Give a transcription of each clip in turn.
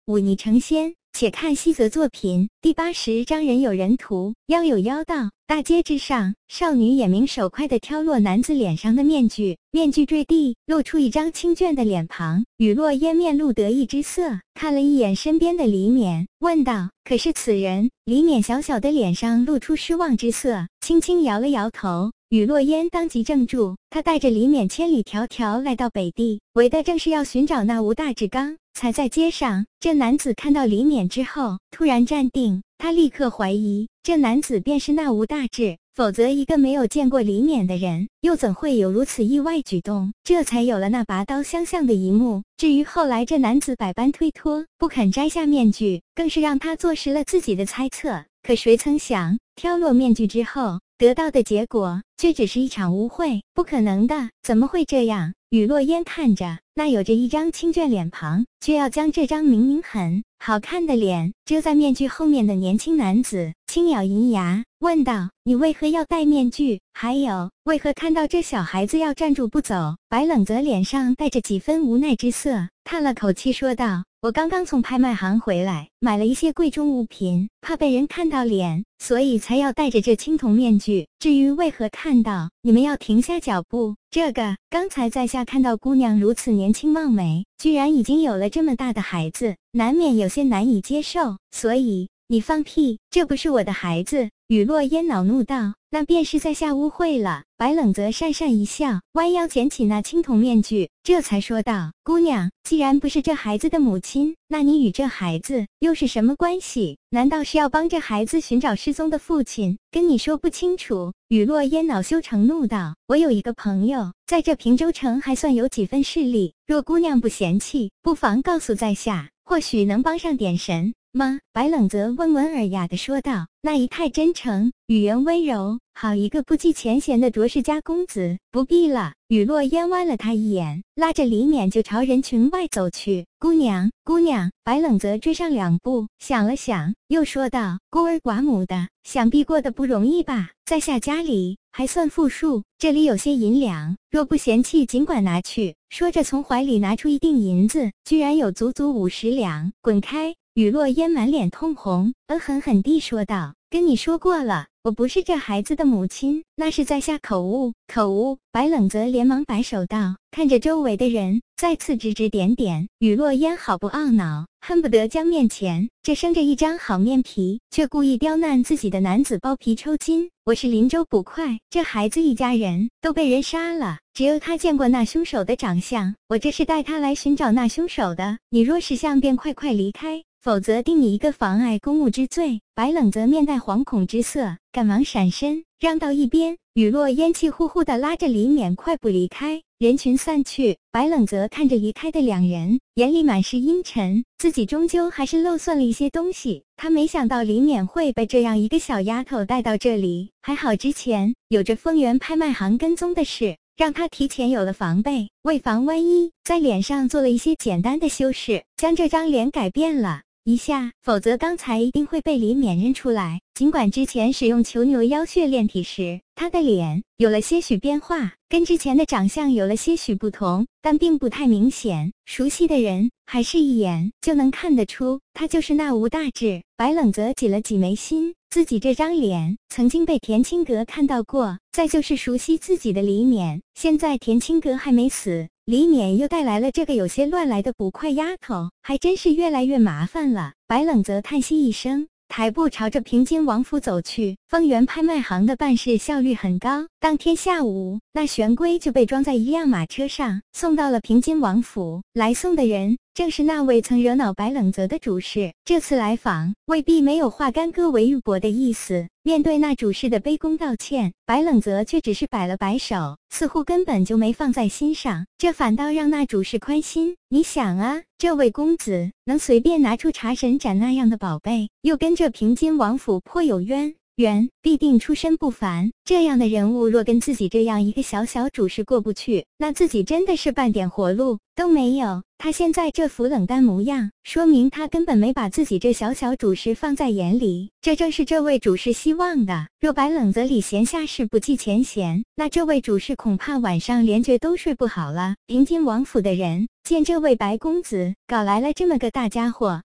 忤逆成仙。且看西则作品第80章人有人图，妖有妖道。大街之上，少女眼明手快地挑落男子脸上的面具，面具坠地，露出一张清俊的脸庞。雨落烟面露得意之色，看了一眼身边的李勉，问道：“可是此人？”李勉小小的脸上露出失望之色，轻轻摇了摇头。雨落烟当即怔住，他带着李勉千里迢迢来到北地，为的正是要寻找那吴大志刚。才在街上，这男子看到李勉之后，突然站定，他立刻怀疑这男子便是那吴大志，否则一个没有见过李勉的人，又怎会有如此意外举动？这才有了那拔刀相向的一幕。至于后来这男子百般推脱，不肯摘下面具，更是让他坐实了自己的猜测。可谁曾想，挑落面具之后，得到的结果却只是一场误会。不可能的，怎么会这样？雨落烟看着那有着一张清俊脸庞，却要将这张明明很好看的脸遮在面具后面的年轻男子，轻咬银牙，问道：“你为何要戴面具？还有，为何看到这小孩子要站住不走？”白冷泽脸上带着几分无奈之色，叹了口气说道：“我刚刚从拍卖行回来，买了一些贵重物品，怕被人看到脸，所以才要戴着这青铜面具。至于为何看到你们要停下脚步，这个刚才在下看到姑娘如此年轻貌美，居然已经有了这么大的孩子，难免有些难以接受，所以……”你放屁，这不是我的孩子！雨落烟恼怒道，那便是在下误会了。白冷泽讪讪一笑，弯腰捡起那青铜面具，这才说道：“姑娘，既然不是这孩子的母亲，那你与这孩子又是什么关系？难道是要帮这孩子寻找失踪的父亲？跟你说不清楚？”雨落烟恼羞成怒道：“我有一个朋友，在这平州城还算有几分势力，若姑娘不嫌弃，不妨告诉在下，或许能帮上点神。”吗？白冷泽温文尔雅地说道，那仪态真诚，语言温柔，好一个不计前嫌的卓氏家公子。不必了。雨落烟剜了他一眼，拉着李勉就朝人群外走去。姑娘，姑娘！白冷泽追上2步，想了想，又说道：“孤儿寡母的，想必过得不容易吧？在下家里还算富庶，这里有些银两，若不嫌弃，尽管拿去。”说着，从怀里拿出一锭银子，居然有足足50两。滚开！雨落烟满脸通红，恶狠狠地说道：“跟你说过了，我不是这孩子的母亲，那是在下口误，口误。”白冷泽连忙摆手道，看着周围的人，再次指指点点。雨落烟毫不懊恼，恨不得将面前这生着一张好面皮却故意刁难自己的男子剥皮抽筋。我是林州捕快，这孩子一家人都被人杀了，只有他见过那凶手的长相，我这是带他来寻找那凶手的。你若识相，便快快离开，否则定你一个妨碍公务之罪。白冷泽面带惶恐之色，赶忙闪身让到一边。雨落烟气呼呼地拉着李勉快步离开。人群散去，白冷泽看着离开的2人，眼里满是阴沉，自己终究还是漏算了一些东西。他没想到李勉会被这样一个小丫头带到这里，还好之前有着丰源拍卖行跟踪的事，让他提前有了防备，为防万一，在脸上做了一些简单的修饰，将这张脸改变了一下，否则刚才一定会被李勉认出来。尽管之前使用囚牛妖血炼体时，他的脸有了些许变化，跟之前的长相有了些许不同，但并不太明显，熟悉的人还是一眼就能看得出，他就是那吴大志。白冷泽挤了挤眉心，自己这张脸曾经被田青阁看到过，再就是熟悉自己的李勉，现在田青阁还没死，李勉又带来了这个有些乱来的捕快丫头，还真是越来越麻烦了。白冷泽叹息一声，抬步朝着平津王府走去。丰源拍卖行的办事效率很高，当天下午，那玄龟就被装在一辆马车上，送到了平津王府。来送的人正是那位曾惹恼白冷泽的主事，这次来访未必没有化干戈为玉帛的意思。面对那主事的卑躬道歉，白冷泽却只是摆了摆手，似乎根本就没放在心上，这反倒让那主事宽心。你想啊，这位公子能随便拿出茶神盏那样的宝贝，又跟这平津王府颇有渊源，必定出身不凡。这样的人物若跟自己这样一个小小主事过不去，那自己真的是半点活路都没有。他现在这副冷淡模样，说明他根本没把自己这小小主事放在眼里，这正是这位主事希望的。若白冷泽里闲下事不计前嫌，那这位主事恐怕晚上连觉都睡不好了。平津王府的人见这位白公子搞来了这么个大家伙，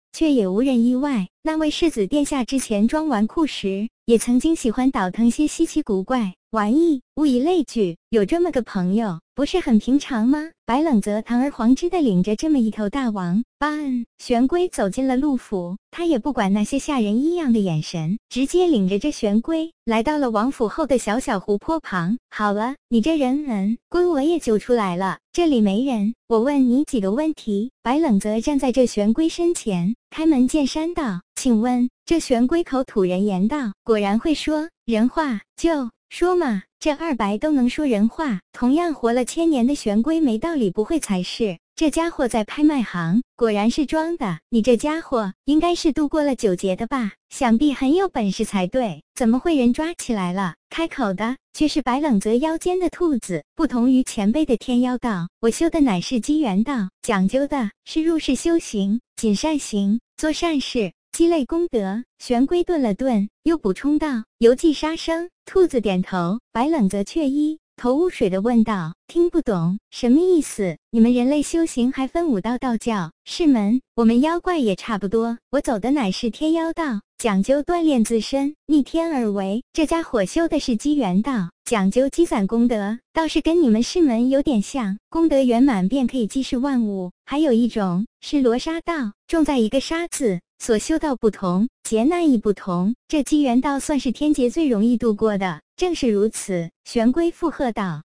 却也无人意外。那位世子殿下之前装纨绔时，也曾经喜欢倒腾些稀奇古怪玩意，物以类聚，有这么个朋友，不是很平常吗？白冷泽堂而皇之的领着这么一头大王八恩玄龟走进了陆府，他也不管那些吓人异样的眼神，直接领着这玄龟来到了王府后的小小湖泊旁。好了，你这人龟我也揪出来了，这里没人，我问你几个问题。白冷泽站在这玄龟身前，开门见山道，请问。这玄龟口吐人言道，果然会说人话，就说嘛，这二白都能说人话，同样活了1000年的玄龟没道理不会才是。这家伙在拍卖行果然是装的，你这家伙应该是度过了9劫的吧，想必很有本事才对，怎么会人抓起来了？开口的却是白冷泽腰间的兔子。不同于前辈的天妖道，我修的乃是机缘道，讲究的是入世修行，谨善行，做善事，积累功德。玄龟顿了顿，又补充道：犹记杀生。兔子点头，白冷泽却一头雾水地问道：听不懂，什么意思？你们人类修行还分武道、道教、士门，我们妖怪也差不多。我走的乃是天妖道，讲究锻炼自身，逆天而为。这家伙修的是机缘道，讲究积攒功德，倒是跟你们士门有点像，功德圆满便可以济世万物。还有一种是罗刹道，重在一个杀字，所修道不同，劫难亦不同。这机缘道算是天劫最容易度过的。正是如此，玄龟附和道。